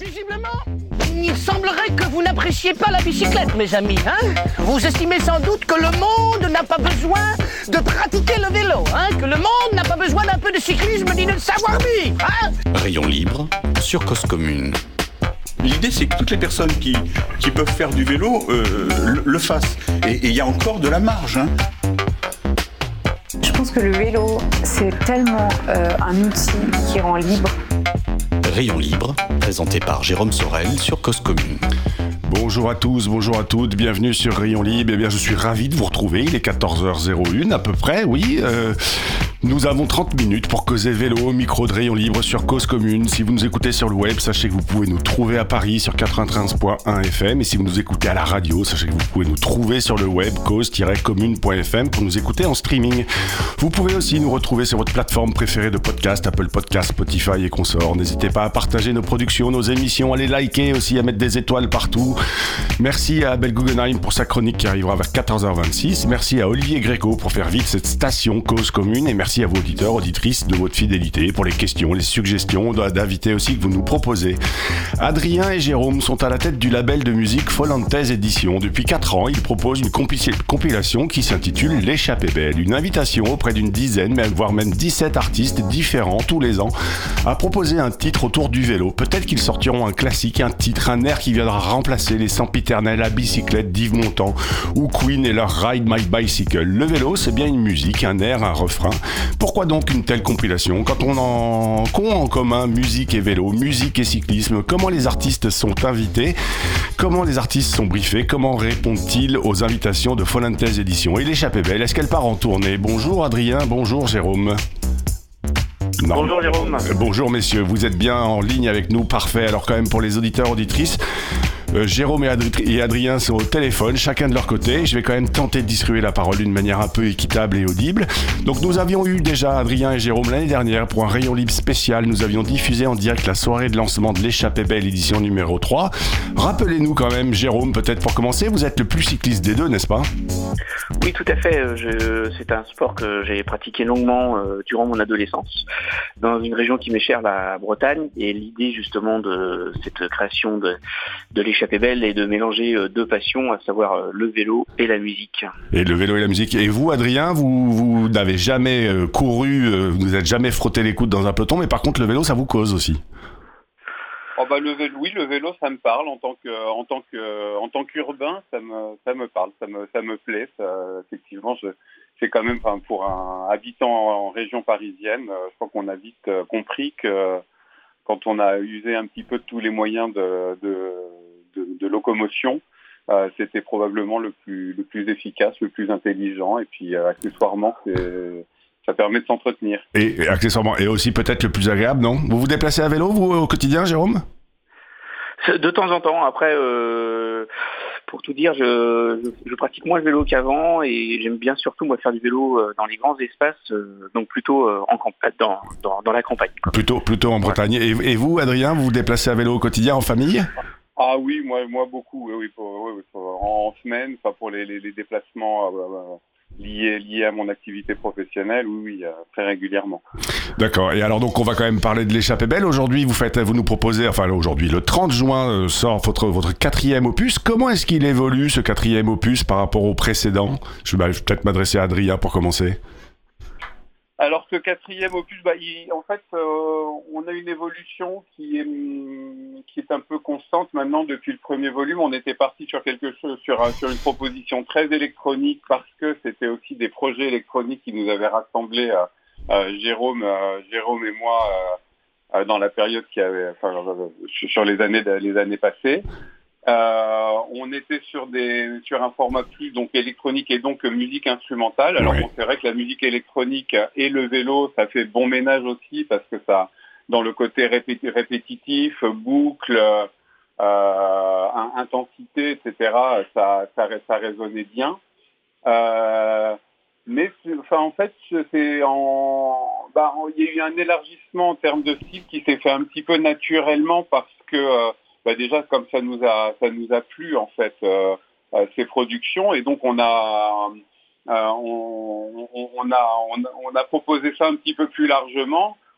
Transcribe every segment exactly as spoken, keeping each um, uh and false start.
Visiblement, il semblerait que vous n'appréciez pas la bicyclette, mes amis. Hein, vous estimez sans doute que le monde n'a pas besoin de pratiquer le vélo, hein, que le monde n'a pas besoin d'un peu de cyclisme ni de savoir-vivre. Hein. Rayon libre sur Cause Commune. L'idée, c'est que toutes les personnes qui, qui peuvent faire du vélo euh, le, le fassent. Et il y a encore de la marge. Hein. Je pense que le vélo, c'est tellement euh, un outil qui rend libre. Rayon libre, présenté par Jérôme Sorel sur Cause Commune. Bonjour à tous, bonjour à toutes, bienvenue sur Rayon Libre. Eh bien, je suis ravi de vous retrouver, il est quatorze heures une à peu près, oui. Euh, nous avons trente minutes pour causer vélo au micro de Rayon Libre sur Cause Commune. Si vous nous écoutez sur le web, sachez que vous pouvez nous trouver à Paris sur quatre-vingt-treize point un F M. Et si vous nous écoutez à la radio, sachez que vous pouvez nous trouver sur le web cause tiret commune point F M pour nous écouter en streaming. Vous pouvez aussi nous retrouver sur votre plateforme préférée de podcast, Apple Podcast, Spotify et consorts. N'hésitez pas à partager nos productions, nos émissions, à les liker aussi, à mettre des étoiles partout. Merci à Abel Guggenheim pour sa chronique qui arrivera vers quatorze heures vingt-six. Merci à Olivier Gréco pour faire vivre cette station Cause Commune. Et merci à vos auditeurs, auditrices de votre fidélité pour les questions, les suggestions d'invités aussi que vous nous proposez. Adrien et Jérôme sont à la tête du label de musique Folantes Éditions. Depuis quatre ans, ils proposent une compi- compilation qui s'intitule L'échappée belle. Une invitation auprès d'une dizaine, même, voire même dix-sept artistes différents tous les ans à proposer un titre autour du vélo. Peut-être qu'ils sortiront un classique, un titre, un air qui viendra remplacer les sempiternels à bicyclette d'Yves Montand ou Queen et leur Ride My Bicycle. Le vélo, c'est bien une musique, un air, un refrain. Pourquoi donc une telle compilation quand on en qu'ont en commun musique et vélo, musique et cyclisme? Comment les artistes sont invités? Comment les artistes sont briefés? Comment répondent-ils aux invitations de Folantes Éditions? Et l'échappée belle, est-ce qu'elle part en tournée? Bonjour Adrien, bonjour Jérôme. Non. Bonjour Jérôme. Euh, bonjour messieurs, vous êtes bien en ligne avec nous, parfait. Alors quand même pour les auditeurs, auditrices, euh, Jérôme et, Adri- et Adrien sont au téléphone, chacun de leur côté. Je vais quand même tenter de distribuer la parole d'une manière un peu équitable et audible. Donc nous avions eu déjà Adrien et Jérôme l'année dernière pour un Rayon Libre spécial. Nous avions diffusé en direct la soirée de lancement de l'échappée belle édition numéro trois. Rappelez-nous quand même, Jérôme, peut-être pour commencer, vous êtes le plus cycliste des deux, n'est-ce pas ? Oui, tout à fait. Je, c'est un sport que j'ai pratiqué longuement euh, durant mon adolescence, dans une région qui m'est chère, la Bretagne. Et l'idée justement de cette création de, de l'échappée belle est de mélanger euh, deux passions, à savoir euh, le vélo et la musique. Et le vélo et la musique. Et vous, Adrien, vous, vous n'avez jamais euh, couru, euh, vous n'êtes jamais frotté les coudes dans un peloton, mais par contre le vélo, ça vous cause aussi. Oh bah le vélo, oui, le vélo, ça me parle en tant que, en tant que, en tant qu'urbain, ça me, ça me parle, ça me, ça me plaît. Ça, effectivement, je, c'est quand même, enfin, pour un habitant en région parisienne, je crois qu'on a vite compris que quand on a usé un petit peu de tous les moyens de, de, de, de locomotion, euh, c'était probablement le plus, le plus efficace, le plus intelligent, et puis euh, accessoirement, c'est ça permet de s'entretenir. Et, et accessoirement, et aussi peut-être le plus agréable, non ? Vous vous déplacez à vélo, vous, au quotidien, Jérôme ? De temps en temps. Après, euh, pour tout dire, je, je, je pratique moins le vélo qu'avant et j'aime bien surtout moi faire du vélo dans les grands espaces, euh, donc plutôt euh, en camp- dans, dans, dans la campagne. Quoi. Plutôt, plutôt en Bretagne. Ouais. Et, et vous, Adrien, vous vous déplacez à vélo au quotidien, en famille ? Ah oui, moi, moi beaucoup. Oui, oui, pour, oui, pour, en, en semaine, enfin pour les, les, les déplacements. Euh, euh, Lié, lié à mon activité professionnelle, oui, oui, euh, très régulièrement. D'accord. Et alors donc on va quand même parler de l'échappée belle. Aujourd'hui, vous faites, vous nous proposez, enfin aujourd'hui, le trente juin euh, sort votre votre quatrième opus. Comment est-ce qu'il évolue ce quatrième opus par rapport au précédent ? Je vais bah, peut-être m'adresser à Adrien pour commencer. Alors ce quatrième opus, bah, il, en fait, euh, on a une évolution qui est qui est un peu constante maintenant depuis le premier volume. On était parti sur quelque chose, sur sur une proposition très électronique parce que c'était aussi des projets électroniques qui nous avaient rassemblés, euh, euh, Jérôme, euh, Jérôme et moi, euh, euh, dans la période qui avait, enfin, euh, sur les années les années passées. Euh, on était sur des sur un format plus donc électronique et donc musique instrumentale. Alors oui. Bon, c'est vrai que la musique électronique et le vélo, ça fait bon ménage aussi parce que ça, dans le côté répéti- répétitif, boucle, euh, intensité, et cetera. Ça ça ça résonnait bien. Euh, mais enfin en fait c'est en bah il y a eu un élargissement en termes de style qui s'est fait un petit peu naturellement parce que euh, bah déjà comme ça nous a ça nous a plu en fait euh, euh, ces productions et donc on a euh, on, on, on a on, on a proposé ça un petit peu plus largement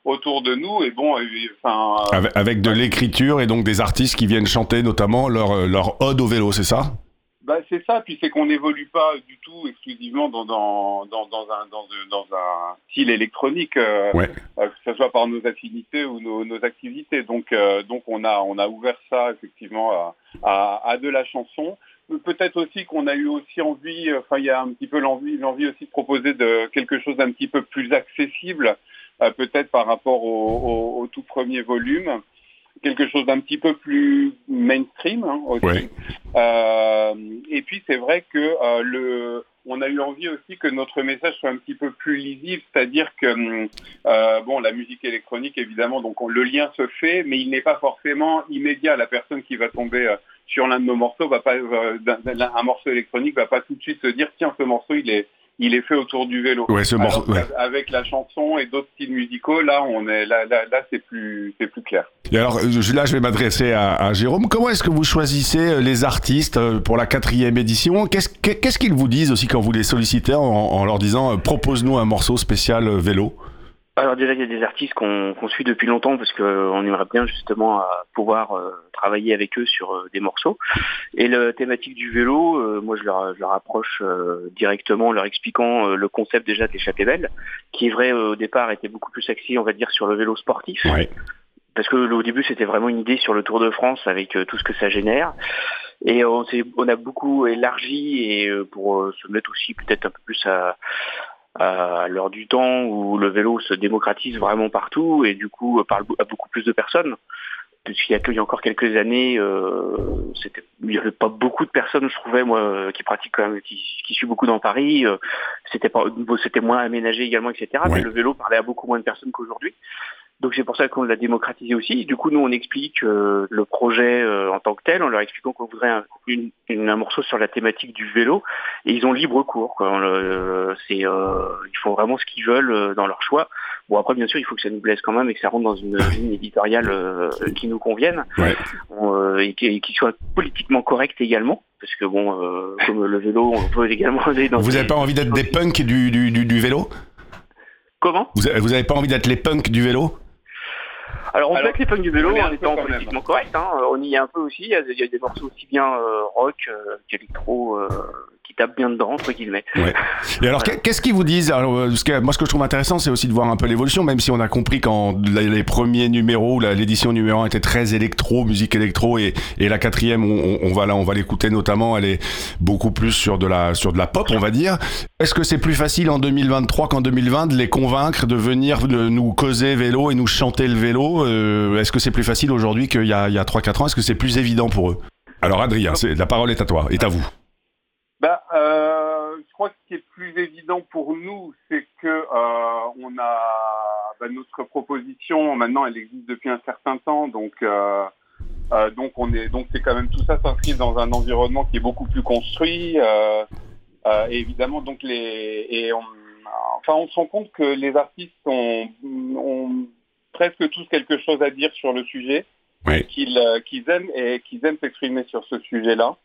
autour de nous. Et bon, enfin. Euh, avec, avec de l'écriture et donc des artistes qui viennent chanter notamment leur, leur ode au vélo, c'est ça? Bah, c'est ça, puis c'est qu'on n'évolue pas du tout exclusivement dans, dans, dans, dans, un, dans, dans un style électronique, euh, ouais. euh, que ce soit par nos affinités ou nos, nos activités. Donc, euh, donc on, a, on a ouvert ça effectivement à, à, à de la chanson. Peut-être aussi qu'on a eu aussi envie, enfin il y a un petit peu l'envie, l'envie aussi de proposer de quelque chose d'un petit peu plus accessible, euh, peut-être par rapport au, au, au tout premier volume. Quelque chose d'un petit peu plus mainstream hein, aussi. Oui. Euh, et puis c'est vrai que euh, le, on a eu envie aussi que notre message soit un petit peu plus lisible, c'est-à-dire que euh, bon, la musique électronique évidemment, donc on, le lien se fait, mais il n'est pas forcément immédiat. La personne qui va tomber euh, sur l'un de nos morceaux va pas, euh, d'un, un morceau électronique va pas tout de suite se dire tiens, ce morceau il est il est fait autour du vélo. Ouais, ce morceau, ouais. Avec la chanson et d'autres styles musicaux, là, on est, là, là, là c'est plus, c'est plus clair. Et alors, là, je vais m'adresser à, à Jérôme. Comment est-ce que vous choisissez les artistes pour la quatrième édition? Qu'est-ce, qu'est-ce qu'ils vous disent aussi quand vous les sollicitez en, en leur disant « propose-nous un morceau spécial vélo » ? Alors déjà, il y a des artistes qu'on, qu'on suit depuis longtemps parce qu'on aimerait bien justement pouvoir euh, travailler avec eux sur euh, des morceaux. Et la thématique du vélo, euh, moi je leur, je leur approche euh, directement en leur expliquant euh, le concept déjà d'Échappée Belle, qui est vrai euh, au départ était beaucoup plus axé, on va dire, sur le vélo sportif. Ouais. Parce que au début c'était vraiment une idée sur le Tour de France avec euh, tout ce que ça génère. Et on, s'est, on a beaucoup élargi et euh, pour euh, se mettre aussi peut-être un peu plus à... à l'heure du temps où le vélo se démocratise vraiment partout et du coup parle à beaucoup plus de personnes. Puisqu'il y a, il y a encore quelques années, euh, c'était, il n'y avait pas beaucoup de personnes, je trouvais, moi, qui pratiquent quand même, qui, qui suis beaucoup dans Paris. Euh, c'était pas, c'était moins aménagé également, et cetera. Ouais. Mais le vélo parlait à beaucoup moins de personnes qu'aujourd'hui. Donc c'est pour ça qu'on l'a démocratisé aussi. Du coup, nous, on explique euh, le projet euh, en tant que tel, en leur expliquant qu'on voudrait un, une, une, un morceau sur la thématique du vélo. Et ils ont libre cours, quoi. Euh, c'est, euh, ils font vraiment ce qu'ils veulent euh, dans leur choix. Bon, après, bien sûr, il faut que ça nous plaise quand même et que ça rentre dans une ligne éditoriale euh, qui nous convienne. Ouais. Euh, et, qui, et qui soit politiquement correct également. Parce que bon, euh, comme le vélo, on peut également aller dans... Vous n'avez pas envie d'être des punks du, du, du, du vélo ? Comment ? Vous n'avez pas envie d'être les punks du vélo ? Alors on Alors, fait que les punks du vélo en étant politiquement correct, hein. On y est un peu aussi, il y a, il y a des morceaux aussi bien euh, rock euh, qu'électro euh, qui tapent bien dedans, entre guillemets. Ouais. Et alors voilà. Qu'est-ce qu'ils vous disent ? Alors, ce que, moi ce que je trouve intéressant c'est aussi de voir un peu l'évolution, même si on a compris quand les, les premiers numéros, la, l'édition numéro un était très électro, musique électro, et, et la quatrième on, on, va là, on va l'écouter notamment, elle est beaucoup plus sur de la, sur de la pop on va dire. Est-ce que c'est plus facile en deux mille vingt-trois qu'en deux mille vingt de les convaincre de venir de nous causer vélo et nous chanter le vélo ? euh, Est-ce que c'est plus facile aujourd'hui qu'il y a, il y a trois quatre ans ? Est-ce que c'est plus évident pour eux ? Alors Adrien, c'est, la parole est à toi, est à vous. Bah, euh, je crois que ce qui est plus évident pour nous, c'est que euh, on a bah, notre proposition. Maintenant, elle existe depuis un certain temps, donc euh, euh, donc on est donc c'est quand même tout ça s'inscrit dans un environnement qui est beaucoup plus construit. Euh, euh, et évidemment, donc les et on, enfin on se rend compte que les artistes ont, ont presque tous quelque chose à dire sur le sujet, oui. qu'ils qu'ils aiment et qu'ils aiment s'exprimer sur ce sujet-là.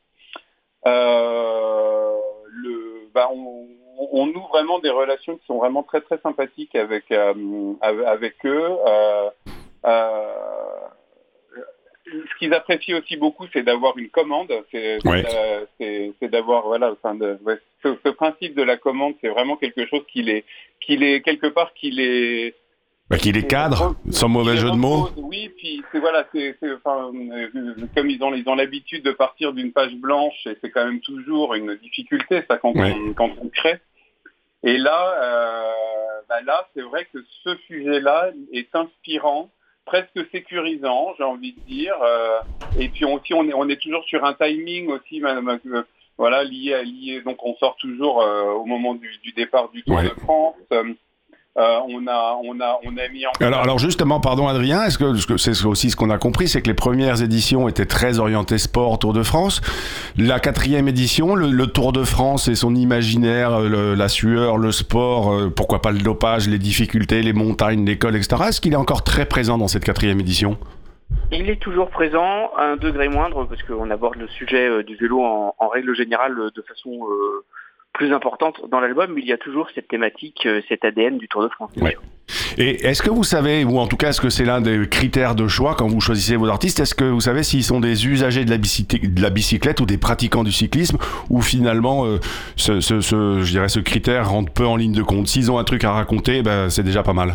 Euh, le, bah on, on noue vraiment des relations qui sont vraiment très très sympathiques avec euh, avec eux. Euh, euh, ce qu'ils apprécient aussi beaucoup, c'est d'avoir une commande. C'est, ouais. euh, c'est, c'est d'avoir voilà, enfin de, ouais, ce, ce principe de la commande, c'est vraiment quelque chose qui les, qui les quelque part qui les Bah, qu'il est cadre, sans mauvais jeu de mots. Oui, puis c'est voilà, c'est, c'est enfin, euh, comme ils ont ils ont l'habitude de partir d'une page blanche, et c'est quand même toujours une difficulté ça quand ouais. on quand on crée. Et là, euh, bah là, c'est vrai que ce sujet-là est inspirant, presque sécurisant, j'ai envie de dire. Euh, et puis on, aussi, on est on est toujours sur un timing aussi, madame, euh, voilà, lié à lié. Donc on sort toujours euh, au moment du, du départ du Tour ouais. de France. Euh, Euh, on a, on a, on a mis en place... Alors, alors justement, pardon Adrien, est-ce que, est-ce que c'est aussi ce qu'on a compris, c'est que les premières éditions étaient très orientées sport, Tour de France. La quatrième édition, le, le Tour de France et son imaginaire, le, la sueur, le sport, euh, pourquoi pas le dopage, les difficultés, les montagnes, l'école, et cetera. Est-ce qu'il est encore très présent dans cette quatrième édition ? Il est toujours présent, à un degré moindre, parce qu'on aborde le sujet euh, du vélo en, en règle générale de façon... Euh, plus importante dans l'album, mais il y a toujours cette thématique, euh, cet A D N du Tour de France. Ouais. Et est-ce que vous savez, ou en tout cas est-ce que c'est l'un des critères de choix quand vous choisissez vos artistes, est-ce que vous savez s'ils sont des usagers de la, bici- de la bicyclette ou des pratiquants du cyclisme, ou finalement euh, ce, ce, ce, je dirais, ce critère rentre peu en ligne de compte? S'ils ont un truc à raconter, ben, c'est déjà pas mal.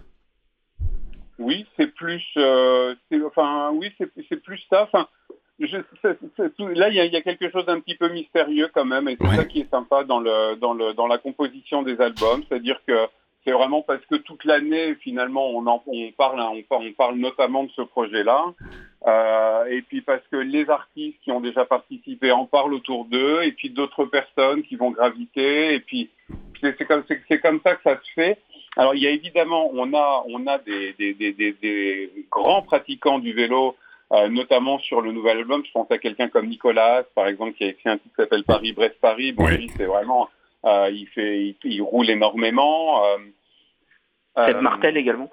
Oui, c'est plus, euh, c'est, enfin, oui, c'est, c'est plus ça. Enfin, je, c'est, c'est, tout, là, il y, y a quelque chose d'un petit peu mystérieux quand même, et c'est ouais. ça qui est sympa dans le, dans le, dans la composition des albums, c'est-à-dire que c'est vraiment parce que toute l'année, finalement, on, en, on parle, on, on parle notamment de ce projet-là, euh, et puis parce que les artistes qui ont déjà participé en parlent autour d'eux, et puis d'autres personnes qui vont graviter, et puis c'est, c'est, comme, c'est, c'est comme ça que ça se fait. Alors, il y a évidemment, on a, on a des, des, des, des, des grands pratiquants du vélo, euh, notamment sur le nouvel album. Je pense à quelqu'un comme Nicolas, par exemple, qui a écrit un titre qui s'appelle Paris-Brest-Paris. Bon, oui. lui, c'est vraiment, euh, il fait, il, il roule énormément. Euh, Seb euh, Martel également.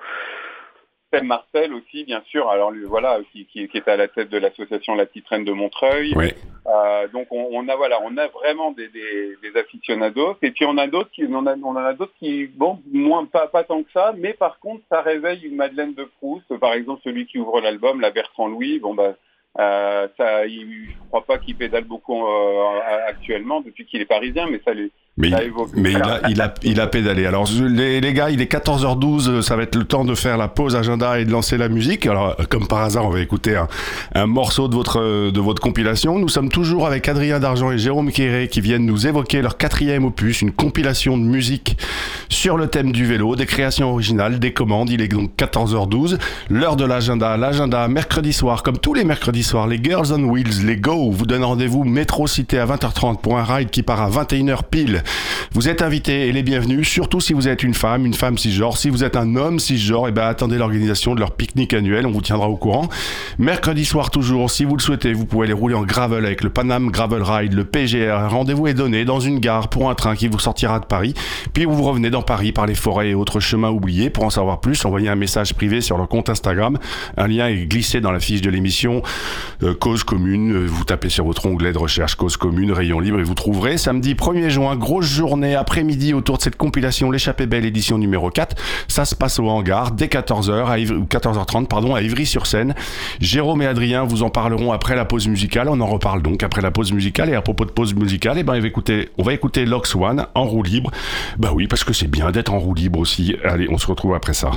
Seb Martel aussi, bien sûr. Alors, lui, voilà, qui, qui, qui est à la tête de l'association La Petite Reine de Montreuil. Oui. Euh, donc, on, on a, voilà, on a vraiment des, des, des aficionados. Et puis, on a d'autres qui, on a, on en a d'autres qui, bon, moins, pas, pas tant que ça. Mais par contre, ça réveille une Madeleine de Proust. Par exemple, celui qui ouvre l'album, la Bertrand Louis. Bon, bah, euh, ça, il, je crois pas qu'il pédale beaucoup euh, actuellement depuis qu'il est parisien, mais ça lui. Mais, il, mais il, a, il, a, il a pédalé. Alors les, les gars, il est quatorze heures douze, ça va être le temps de faire la pause agenda et de lancer la musique. Alors comme par hasard, on va écouter un, un morceau de votre, de votre compilation. Nous sommes toujours avec Adrien Dargent et Jérôme Quéré qui viennent nous évoquer leur quatrième opus, une compilation de musique sur le thème du vélo, des créations originales, des commandes. Il est donc quatorze heures douze, l'heure de l'agenda. L'agenda, mercredi soir, comme tous les mercredis soirs, les Girls on Wheels, les Go, vous donnent rendez-vous Métro Cité à vingt heures trente pour un ride qui part à vingt et une heures pile. Vous êtes invités et les bienvenus, surtout si vous êtes une femme, une femme cisgenre. Si vous êtes un homme cisgenre, et ben attendez l'organisation de leur pique-nique annuel, on vous tiendra au courant. Mercredi soir toujours, si vous le souhaitez, vous pouvez aller rouler en gravel avec le Panam Gravel Ride, le P G R. Rendez-vous est donné dans une gare pour un train qui vous sortira de Paris. Puis vous revenez dans Paris par les forêts et autres chemins oubliés. Pour en savoir plus, envoyez un message privé sur leur compte Instagram. Un lien est glissé dans la fiche de l'émission. Euh, Cause Commune, vous tapez sur votre onglet de recherche Cause Commune, Rayon Libre et vous trouverez. Samedi premier juin, grosse journée après-midi autour de cette compilation L'échappée belle édition numéro quatre. Ça se passe au hangar dès quatorze heures à Ivry, quatorze heures trente pardon, à Ivry-sur-Seine. Jérôme et Adrien vous en parleront après la pause musicale. On en reparle donc après la pause musicale. Et à propos de pause musicale, eh ben, on va écouter, on va écouter Lox One en roue libre. Bah oui, parce que c'est bien d'être en roue libre aussi. Allez, on se retrouve après ça.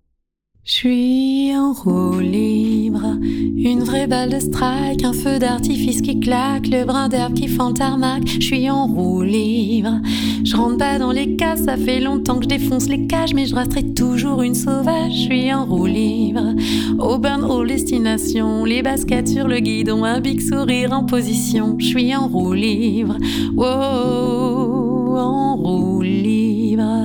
Je suis en roue libre, une vraie balle de strike, un feu d'artifice qui claque, le brin d'herbe qui fend le tarmac. Je suis en roue libre, je rentre pas dans les cases, ça fait longtemps que je défonce les cages, mais je resterai toujours une sauvage. Je suis en roue libre, au burn all destination, les baskets sur le guidon, un big sourire en position. Je suis en roue libre, wow, en roue libre.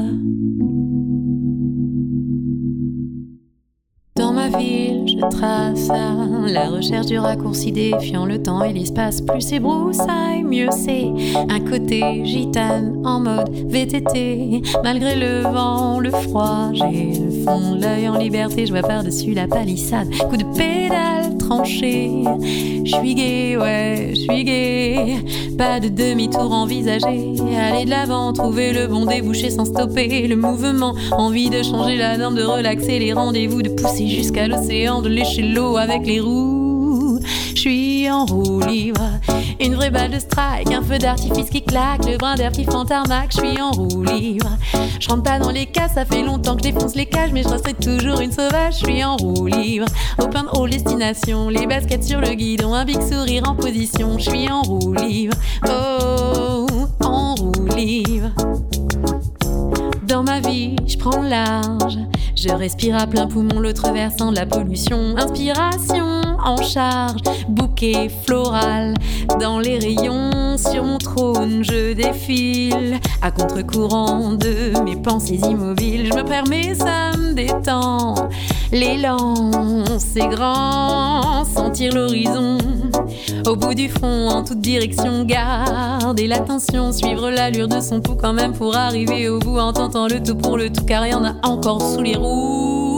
Dans ma ville, je trace à la recherche du raccourci défiant le temps et l'espace. Plus c'est broussailles, mieux c'est. Un côté gitane en mode V T T. Malgré le vent, le froid, j'ai le fond de l'œil en liberté. Je vois par-dessus la palissade, coup de pédale tranché. Je suis gay, ouais, je suis gay. Pas de demi-tour envisagé. Aller de l'avant, trouver le bon débouché sans stopper le mouvement. Envie de changer la norme, de relaxer les rendez-vous, de pousser jusqu'à l'océan, de lécher l'eau avec les roues. Je suis en roue libre, une vraie balle de strike, un feu d'artifice qui claque, le brin d'herbe qui fend tarmac. Je suis en roue libre, je rentre pas dans les cases, ça fait longtemps que je défonce les cages, mais je resterai toujours une sauvage. Je suis en roue libre, open all destination, les baskets sur le guidon, un big sourire en position. Je suis en roue libre, oh, en roue libre. Dans ma vie, je prends le large, je respire à plein poumon l'autre versant de la pollution. Inspiration en charge, bouquet floral dans les rayons. Sur mon trône, je défile à contre-courant de mes pensées immobiles. Je me permets, ça me détend. L'élan, c'est grand, sentir l'horizon au bout du front, en toute direction. Garder l'attention, suivre l'allure de son pouls quand même pour arriver au bout en tentant le tout pour le tout, car y en a encore sous les roues.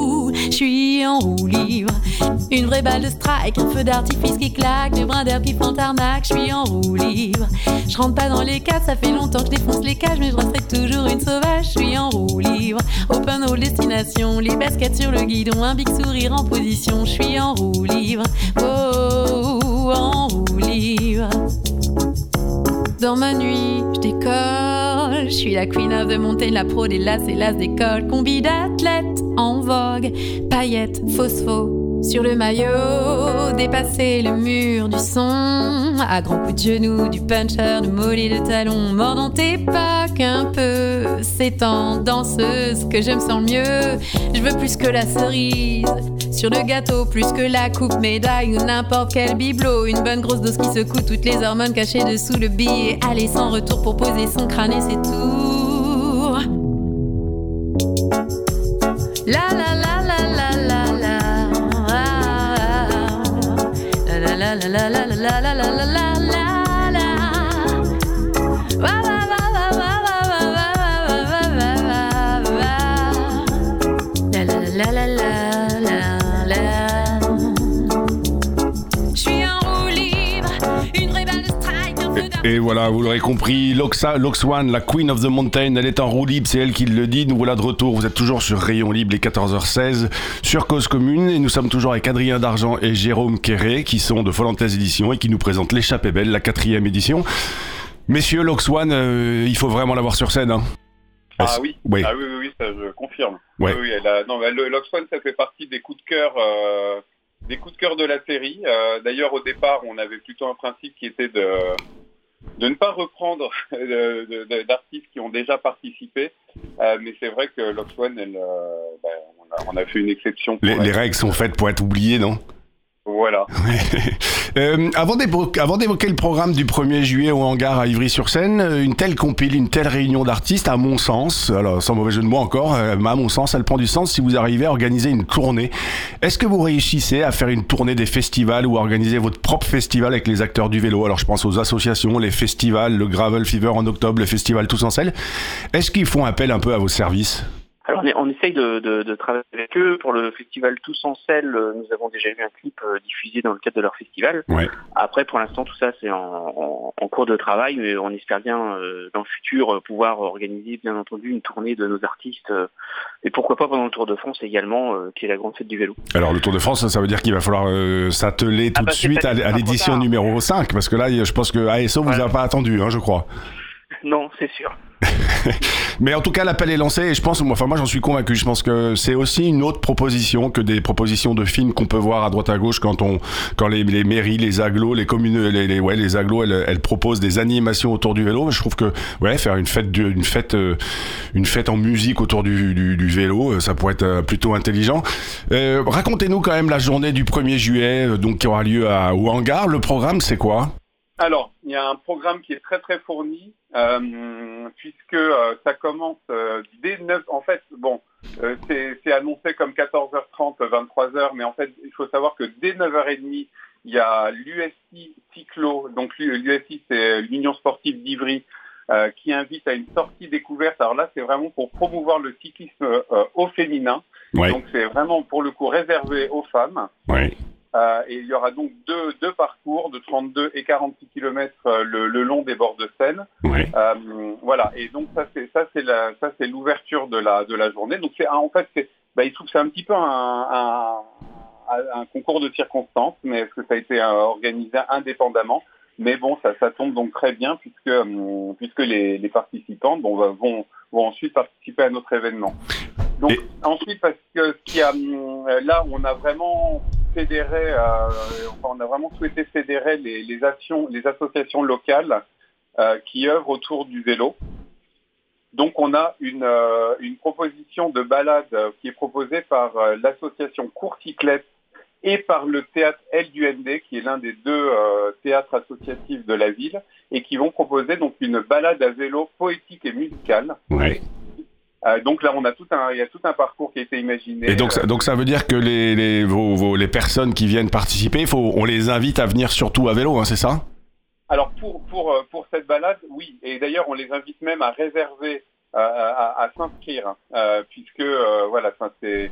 Je suis en roue libre. Une vraie balle de strike, un feu d'artifice qui claque, des brins d'herbe qui font tarmac. Je suis en roue libre. Je rentre pas dans les cases, ça fait longtemps que je défonce les cages, mais je resterai toujours une sauvage. Je suis en roue libre. Open all destination, les baskets sur le guidon, un big sourire en position. Je suis en roue libre. Oh, en roue libre. Dans ma nuit, je décolle. Je suis la queen of the mountain, la pro des lasses et l'as d'école. Combi d'athlètes en vogue, paillettes, phospho. Sur le maillot, dépasser le mur du son. À grands coups de genoux, du puncher, de mollet, de talon. Mort dans tes pas qu'un peu. C'est en danseuse que je me sens mieux. Je veux plus que la cerise sur le gâteau, plus que la coupe médaille ou n'importe quel bibelot. Une bonne grosse dose qui secoue toutes les hormones cachées dessous le billet. Aller sans retour pour poser son crâne et c'est tout. La la la la la la la. La la la la la la la la la la la. Wa wa wa wa wa wa wa wa wa wa wa. La la la la la la la. Je suis en roue libre, une vraie balle de strike. Et voilà, vous l'aurez compris, Loxa, Loxone, la Queen of the Mountain, elle est en roue libre, c'est elle qui le dit. Nous voilà de retour, vous êtes toujours sur Rayon Libre, les quatorze heures seize, sur Cause Commune. Et nous sommes toujours avec Adrien Dargent et Jérôme Quéré, qui sont de Follantes Éditions et qui nous présentent L'échappée belle, la quatrième édition. Messieurs, Loxone, euh, il faut vraiment l'avoir sur scène. Hein. Ah oui. Oui. Ah oui, oui, oui, ça je confirme. Ouais. Oui, oui, elle a... non, le Loxone, ça fait partie des coups de cœur, euh, des coups de cœur de la série. Euh, d'ailleurs, au départ, on avait plutôt un principe qui était de de ne pas reprendre de, de, de, d'artistes qui ont déjà participé, euh, mais c'est vrai que Loxone, elle, euh, ben, on, a, on a fait une exception. Les, les règles sont faites pour être oubliées, non ? Voilà. euh, avant, d'évoquer, avant d'évoquer le programme du premier juillet au hangar à Ivry-sur-Seine, une telle compile, une telle réunion d'artistes, à mon sens, alors sans mauvais jeu de mots encore, euh, mais à mon sens, elle prend du sens si vous arrivez à organiser une tournée. Est-ce que vous réussissez à faire une tournée des festivals ou à organiser votre propre festival avec les acteurs du vélo ? Alors je pense aux associations, les festivals, le Gravel Fever en octobre, le festival Tous en Selle. Est-ce qu'ils font appel un peu à vos services ? Alors on, est, on essaye de, de, de travailler avec eux. Pour le festival Tous en Selle, nous avons déjà eu un clip euh, diffusé dans le cadre de leur festival. Ouais. Après, pour l'instant, tout ça, c'est en, en, en cours de travail, mais on espère bien, euh, dans le futur, euh, pouvoir organiser, bien entendu, une tournée de nos artistes. Euh, et pourquoi pas pendant le Tour de France également, euh, qui est la grande fête du vélo. Alors, le Tour de France, ça veut dire qu'il va falloir euh, s'atteler tout ah bah, de suite à, à l'édition numéro cinq, parce que là, je pense que A S O voilà. vous a pas attendu, hein, je crois. Non, c'est sûr. Mais en tout cas, l'appel est lancé et je pense, enfin moi j'en suis convaincu, je pense que c'est aussi une autre proposition que des propositions de films qu'on peut voir à droite à gauche quand on, quand les, les mairies, les agglos, les communes, les, les ouais, les agglos, elles, elles proposent des animations autour du vélo. Je trouve que ouais, faire une fête, une fête, une fête en musique autour du, du, du vélo, ça pourrait être plutôt intelligent. Euh, racontez-nous quand même la journée du premier juillet, donc qui aura lieu à, au hangar. Le programme, c'est quoi ? Alors, il y a un programme qui est très très fourni, euh, puisque euh, ça commence euh, dès neuf... En fait, bon, euh, c'est, c'est annoncé comme quatorze heures trente, vingt-trois heures, mais en fait, il faut savoir que dès neuf heures trente, il y a l'U S I Cyclo, donc l'U S I, c'est l'Union Sportive d'Ivry, euh, qui invite à une sortie découverte. Alors là, c'est vraiment pour promouvoir le cyclisme euh, au féminin. Ouais. Donc c'est vraiment, pour le coup, réservé aux femmes. Ouais. Euh, et il y aura donc deux, deux parcours de trente-deux et quarante-six kilomètres euh, le, le long des bords de Seine. Oui. Euh, voilà. Et donc ça c'est ça c'est la ça c'est l'ouverture de la de la journée. Donc c'est en fait c'est bah il se trouve que c'est un petit peu un, un, un concours de circonstances, mais est-ce que ça a été euh, organisé indépendamment? Mais bon, ça ça tombe donc très bien puisque euh, puisque les, les participantes bon vont vont ensuite participer à notre événement. Donc et... ensuite parce que ce qui a là on a vraiment fédérer, euh, enfin, on a vraiment souhaité fédérer les, les, actions, les associations locales euh, qui œuvrent autour du vélo. Donc on a une, euh, une proposition de balade euh, qui est proposée par euh, l'association Courcyclette et par le théâtre L du N D, qui est l'un des deux euh, théâtres associatifs de la ville, et qui vont proposer donc une balade à vélo poétique et musicale. Ouais. Euh, donc là, on a tout un, il y a tout un parcours qui a été imaginé. Et donc, ça, donc ça veut dire que les, les, vos, vos, les personnes qui viennent participer, faut, on les invite à venir surtout à vélo, hein, c'est ça ? Alors pour pour pour cette balade, oui. Et d'ailleurs, on les invite même à réserver, euh, à, à s'inscrire, euh, puisque euh, voilà, c'est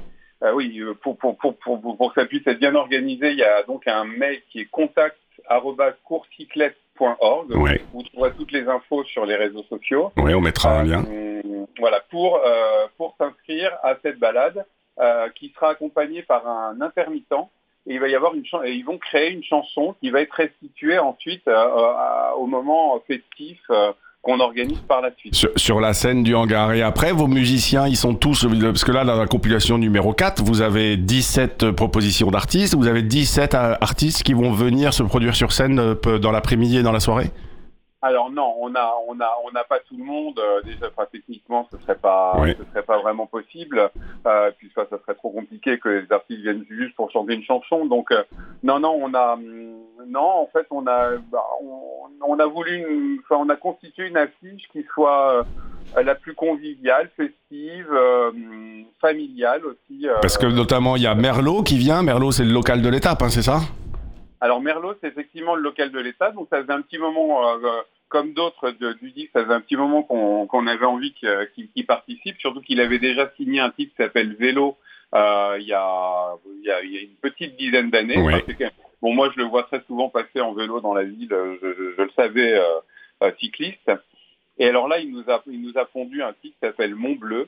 euh, oui, pour, pour, pour, pour, pour que ça puisse être bien organisé, il y a donc un mail qui est contact arobase courcyclette point org. Ouais. Vous trouverez toutes les infos sur les réseaux sociaux. Oui, on mettra un lien. Euh, voilà, pour, euh, pour s'inscrire à cette balade euh, qui sera accompagnée par un intermittent. Et il va y avoir une ch- et ils vont créer une chanson qui va être restituée ensuite euh, euh, au moment festif euh, qu'on organise par la suite. Sur, sur la scène du hangar. Et après, vos musiciens, ils sont tous... Parce que là, dans la compilation numéro quatre, vous avez dix-sept propositions d'artistes. Vous avez dix-sept artistes qui vont venir se produire sur scène dans l'après-midi et dans la soirée? Alors non, on a, on a, on n'a pas tout le monde. Euh, déjà, enfin, techniquement, ce serait pas, Oui. ce serait pas vraiment possible, euh, puisque ça serait trop compliqué que les artistes viennent juste pour chanter une chanson. Donc euh, non, non, on a, hum, non, en fait, on a, bah, on, on a voulu, une, enfin, on a constitué une affiche qui soit euh, la plus conviviale, festive, euh, familiale aussi. Euh, Parce que notamment, il y a Merlot qui vient. Merlot, c'est le local de l'étape, hein, c'est ça? Alors Merlot, c'est effectivement le local de l'État, donc ça faisait un petit moment, euh, comme d'autres de, du disque, ça faisait un petit moment qu'on, qu'on avait envie qu'il, qu'il, qu'il participe, surtout qu'il avait déjà signé un titre qui s'appelle Vélo euh, il, y a, il, y a, il y a une petite dizaine d'années. Oui. Enfin, c'est que, bon, moi je le vois très souvent passer en vélo dans la ville, je, je, je le savais euh, euh, cycliste. Et alors là, il nous a, il nous a pondu un titre qui s'appelle Mont Bleu.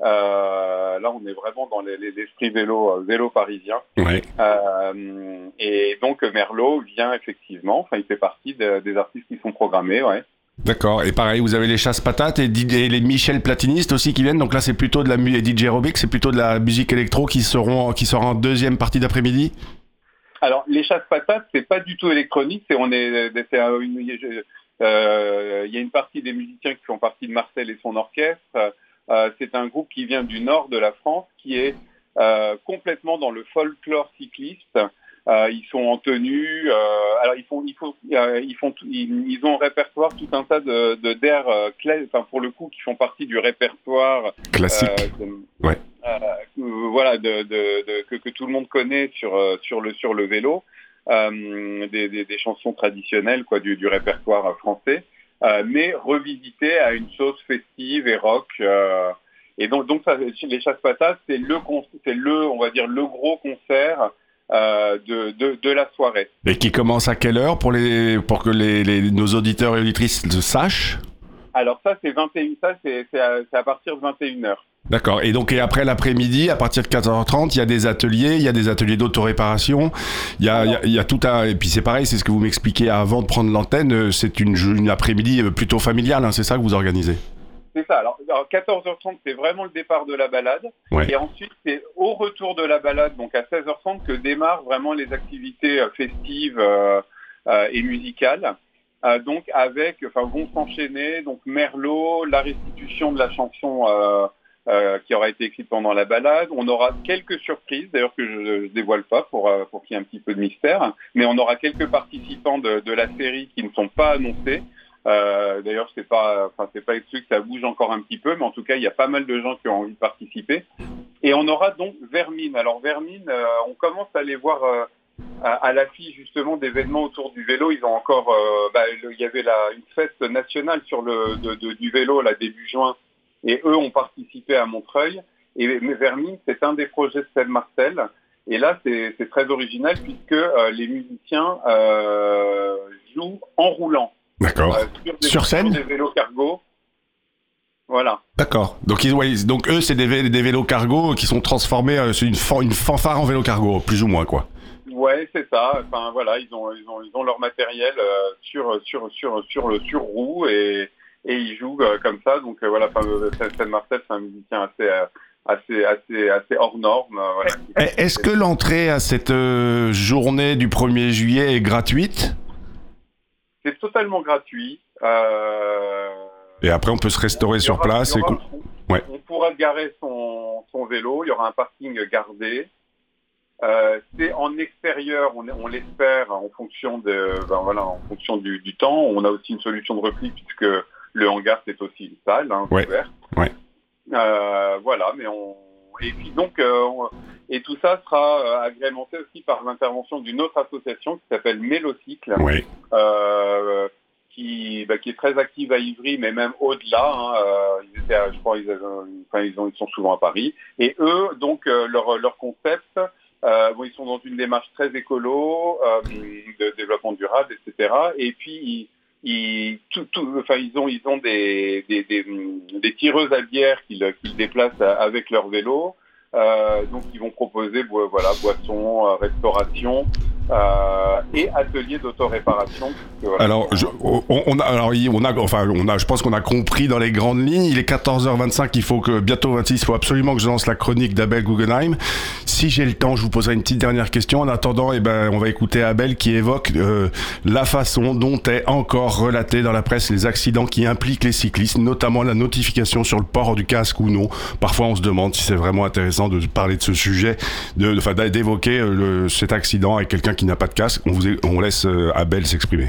Euh, là, on est vraiment dans les, les, l'esprit vélo, euh, vélo parisien. Ouais. Euh, et donc Merlot vient effectivement, enfin il fait partie de, des artistes qui sont programmés, ouais. D'accord. Et pareil, vous avez les Chasse-Patates et, et les Michel Platinistes aussi qui viennent. Donc là, c'est plutôt de la mu- et D J Robic, c'est plutôt de la musique électro qui seront, qui sera en deuxième partie d'après-midi. Alors les Chasse-Patates, c'est pas du tout électronique, c'est on est, c'est un- une, euh, il y a une partie des musiciens qui font partie de Marcel et son orchestre. Euh, c'est un groupe qui vient du nord de la France, qui est euh, complètement dans le folklore cycliste. Euh, ils sont en tenue. Euh, alors ils font, ils font, euh, ils font, ils, ils ont en répertoire tout un tas de, de d'air, euh, cla- enfin pour le coup, qui font partie du répertoire Classique. Euh, de, Ouais. euh, voilà, de, de, de, que, que tout le monde connaît sur sur le sur le vélo, euh, des, des, des chansons traditionnelles quoi du, du répertoire français. Euh, mais revisité à une sauce festive et rock. Euh, et donc, donc ça, les Chasse-Patates, c'est le, c'est le, on va dire, le gros concert euh, de, de, de la soirée. Et qui commence à quelle heure pour, les, pour que les, les, nos auditeurs et auditrices le sachent? Alors ça, c'est vingt et une, ça, c'est, c'est, à, c'est à partir de vingt et une heures. D'accord. Et donc, et après l'après-midi, à partir de quatorze heures trente, il y a des ateliers, il y a des ateliers d'autoréparation, il y a, il y a, il y a tout un... Et puis c'est pareil, c'est ce que vous m'expliquiez avant de prendre l'antenne, c'est une, une après-midi plutôt familiale, hein, c'est ça que vous organisez? C'est ça. Alors, alors quatorze heures trente, c'est vraiment le départ de la balade. Ouais. Et ensuite, c'est au retour de la balade, donc à seize heures trente, que démarrent vraiment les activités euh, festives euh, euh, et musicales. Euh, donc avec, enfin, vont s'enchaîner donc Merlot, la restitution de la chanson euh, euh, qui aura été écrite pendant la balade. On aura quelques surprises, d'ailleurs que je ne dévoile pas pour euh, pour qu'il y ait un petit peu de mystère. Mais on aura quelques participants de, de la série qui ne sont pas annoncés. Euh, d'ailleurs, c'est pas, enfin, c'est pas exclu que ça bouge encore un petit peu, mais en tout cas, il y a pas mal de gens qui ont envie de participer. Et on aura donc Vermine. Alors Vermine, euh, on commence à les voir. Euh, à, à l'affiche justement d'événements autour du vélo. Ils ont encore, euh, bah, le, il y avait la, une fête nationale sur le de, de, du vélo là début juin, et eux ont participé à Montreuil. Et mais Vermine, c'est un des projets de Seb Marcel. Et là, c'est, c'est très original puisque euh, les musiciens euh, jouent en roulant. D'accord. Euh, sur, des, sur scène. Sur des vélos cargo. Voilà. D'accord. Donc, ils, ouais, donc eux, c'est des, vé- des vélos cargo qui sont transformés, euh, c'est une, fan, une fanfare en vélo cargo, plus ou moins quoi. Ouais, c'est ça. Enfin voilà, ils ont ils ont ils ont leur matériel euh, sur sur sur sur le sur roue et et ils jouent euh, comme ça. Donc euh, voilà, enfin, Seb Marcel, c'est un musicien assez euh, assez assez assez hors norme. Euh, voilà. Est-ce que l'entrée à cette euh, journée du premier juillet est gratuite? C'est totalement gratuit. Euh... Et après, on peut se restaurer aura, sur place. aura, et on, ouais. on pourra garer son son vélo. Il y aura un parking gardé. Euh, c'est en extérieur, on, on l'espère en fonction de, ben voilà, en fonction du, du temps. On a aussi une solution de repli puisque le hangar c'est aussi une salle hein, ouais. ouverte. Ouais. Euh, voilà, mais on et puis donc euh, on... et tout ça sera euh, agrémenté aussi par l'intervention d'une autre association qui s'appelle Mélocycle, ouais. euh, qui qui, bah, qui est très active à Ivry, mais même au-delà. Hein, euh, ils étaient, à, je crois, ils, avaient, enfin, ils, ont, ils sont souvent à Paris. Et eux, donc, euh, leur, leur concept, euh, bon, ils sont dans une démarche très écolo, euh, de développement durable, et cetera. Et puis, ils, ils, tout, tout, enfin, ils ont, ils ont des, des, des, des tireuses à bière qu'ils, qu'ils déplacent avec leur vélo. Euh, donc, ils vont proposer, bo- voilà, boissons, euh, restauration. Euh, et atelier d'autoréparation. Voilà. Alors, je, on, on a, alors, on a, enfin, on a, je pense qu'on a compris dans les grandes lignes. Il est quatorze heures vingt-cinq. Il faut que bientôt vingt-six. Il faut absolument que je lance la chronique d'Abel Guggenheim. Si j'ai le temps, je vous poserai une petite dernière question. En attendant, eh ben, on va écouter Abel qui évoque euh, la façon dont est encore relaté dans la presse les accidents qui impliquent les cyclistes, notamment la notification sur le port du casque ou non. Parfois, on se demande si c'est vraiment intéressant de parler de ce sujet, de, enfin, d'évoquer le, cet accident avec quelqu'un qui n'a pas de casque. On, vous, on laisse euh, Abel s'exprimer.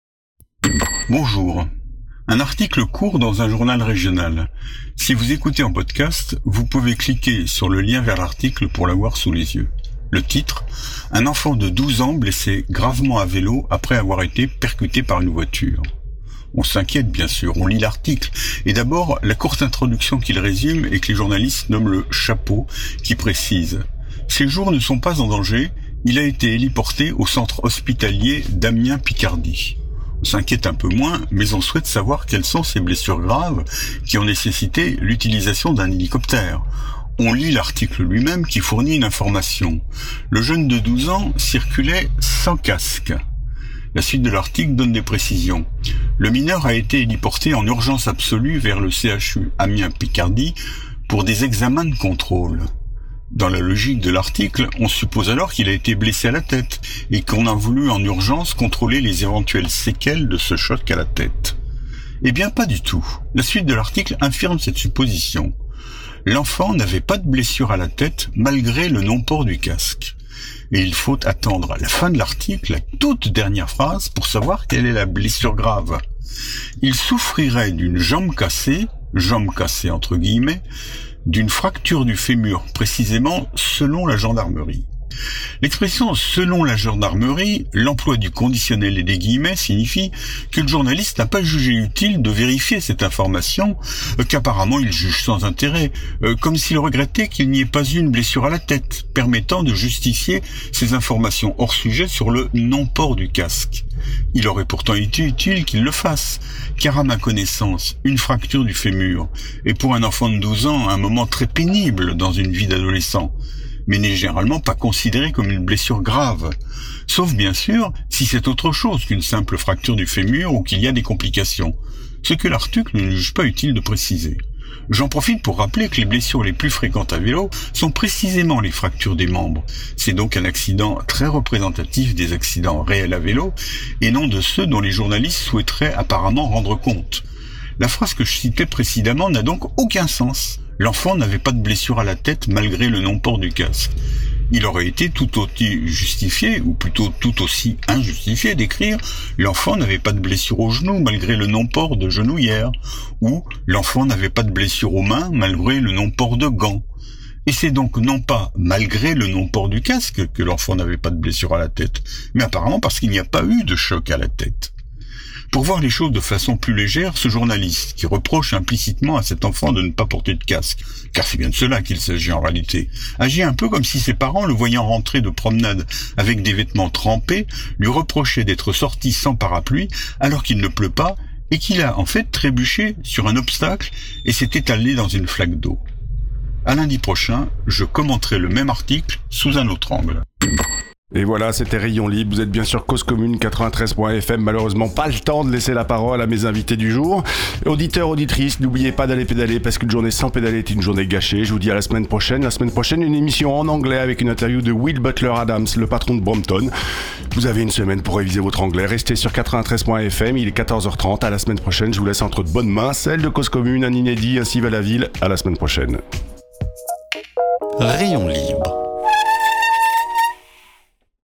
Bonjour. Un article court dans un journal régional. Si vous écoutez en podcast, vous pouvez cliquer sur le lien vers l'article pour l'avoir sous les yeux. Le titre : un enfant de douze ans blessé gravement à vélo après avoir été percuté par une voiture. On s'inquiète bien sûr, on lit l'article, et d'abord la courte introduction qu'il résume et que les journalistes nomment le chapeau, qui précise : ces jours ne sont pas en danger, il a été héliporté au centre hospitalier d'Amiens-Picardie. On s'inquiète un peu moins, mais on souhaite savoir quelles sont ces blessures graves qui ont nécessité l'utilisation d'un hélicoptère. On lit l'article lui-même qui fournit une information. Le jeune de douze ans circulait sans casque. La suite de l'article donne des précisions. Le mineur a été héliporté en urgence absolue vers le C H U Amiens-Picardie pour des examens de contrôle. Dans la logique de l'article, on suppose alors qu'il a été blessé à la tête et qu'on a voulu en urgence contrôler les éventuelles séquelles de ce choc à la tête. Eh bien, pas du tout. La suite de l'article infirme cette supposition. L'enfant n'avait pas de blessure à la tête malgré le non-port du casque. Et il faut attendre la fin de l'article, la toute dernière phrase, pour savoir quelle est la blessure grave. Il souffrirait d'une jambe cassée, jambe cassée entre guillemets, d'une fracture du fémur, précisément selon la gendarmerie. L'expression « selon la gendarmerie », l'emploi du conditionnel et des guillemets signifie que le journaliste n'a pas jugé utile de vérifier cette information, euh, qu'apparemment il juge sans intérêt, euh, comme s'il regrettait qu'il n'y ait pas eu une blessure à la tête, permettant de justifier ces informations hors sujet sur le non-port du casque. Il aurait pourtant été utile qu'il le fasse, car à ma connaissance, une fracture du fémur est pour un enfant de douze ans un moment très pénible dans une vie d'adolescent, mais n'est généralement pas considéré comme une blessure grave. Sauf bien sûr si c'est autre chose qu'une simple fracture du fémur ou qu'il y a des complications, ce que l'article ne juge pas utile de préciser. J'en profite pour rappeler que les blessures les plus fréquentes à vélo sont précisément les fractures des membres. C'est donc un accident très représentatif des accidents réels à vélo, et non de ceux dont les journalistes souhaiteraient apparemment rendre compte. La phrase que je citais précédemment n'a donc aucun sens. L'enfant n'avait pas de blessure à la tête malgré le non-port du casque. Il aurait été tout aussi justifié, ou plutôt tout aussi injustifié, d'écrire « l'enfant n'avait pas de blessure au genou malgré le non-port de genouillère » ou « l'enfant n'avait pas de blessure aux mains malgré le non-port de gants ». Et c'est donc non pas malgré le non-port du casque que l'enfant n'avait pas de blessure à la tête, mais apparemment parce qu'il n'y a pas eu de choc à la tête. Pour voir les choses de façon plus légère, ce journaliste, qui reproche implicitement à cet enfant de ne pas porter de casque, car c'est bien de cela qu'il s'agit en réalité, agit un peu comme si ses parents, le voyant rentrer de promenade avec des vêtements trempés, lui reprochaient d'être sorti sans parapluie alors qu'il ne pleut pas et qu'il a en fait trébuché sur un obstacle et s'est étalé dans une flaque d'eau. À lundi prochain, je commenterai le même article sous un autre angle. Et voilà, c'était Rayon Libre. Vous êtes bien sûr Cause Commune quatre-vingt-treize point F M. Malheureusement, pas le temps de laisser la parole à mes invités du jour. Auditeurs, auditrices, n'oubliez pas d'aller pédaler parce qu'une journée sans pédaler est une journée gâchée. Je vous dis à la semaine prochaine. La semaine prochaine, une émission en anglais avec une interview de Will Butler Adams, le patron de Brompton. Vous avez une semaine pour réviser votre anglais. Restez sur quatre-vingt-treize point F M. Il est quatorze heures trente. À la semaine prochaine. Je vous laisse entre de bonnes mains. Celle de Cause Commune, un inédit, ainsi va la ville. À la semaine prochaine. Rayon Libre.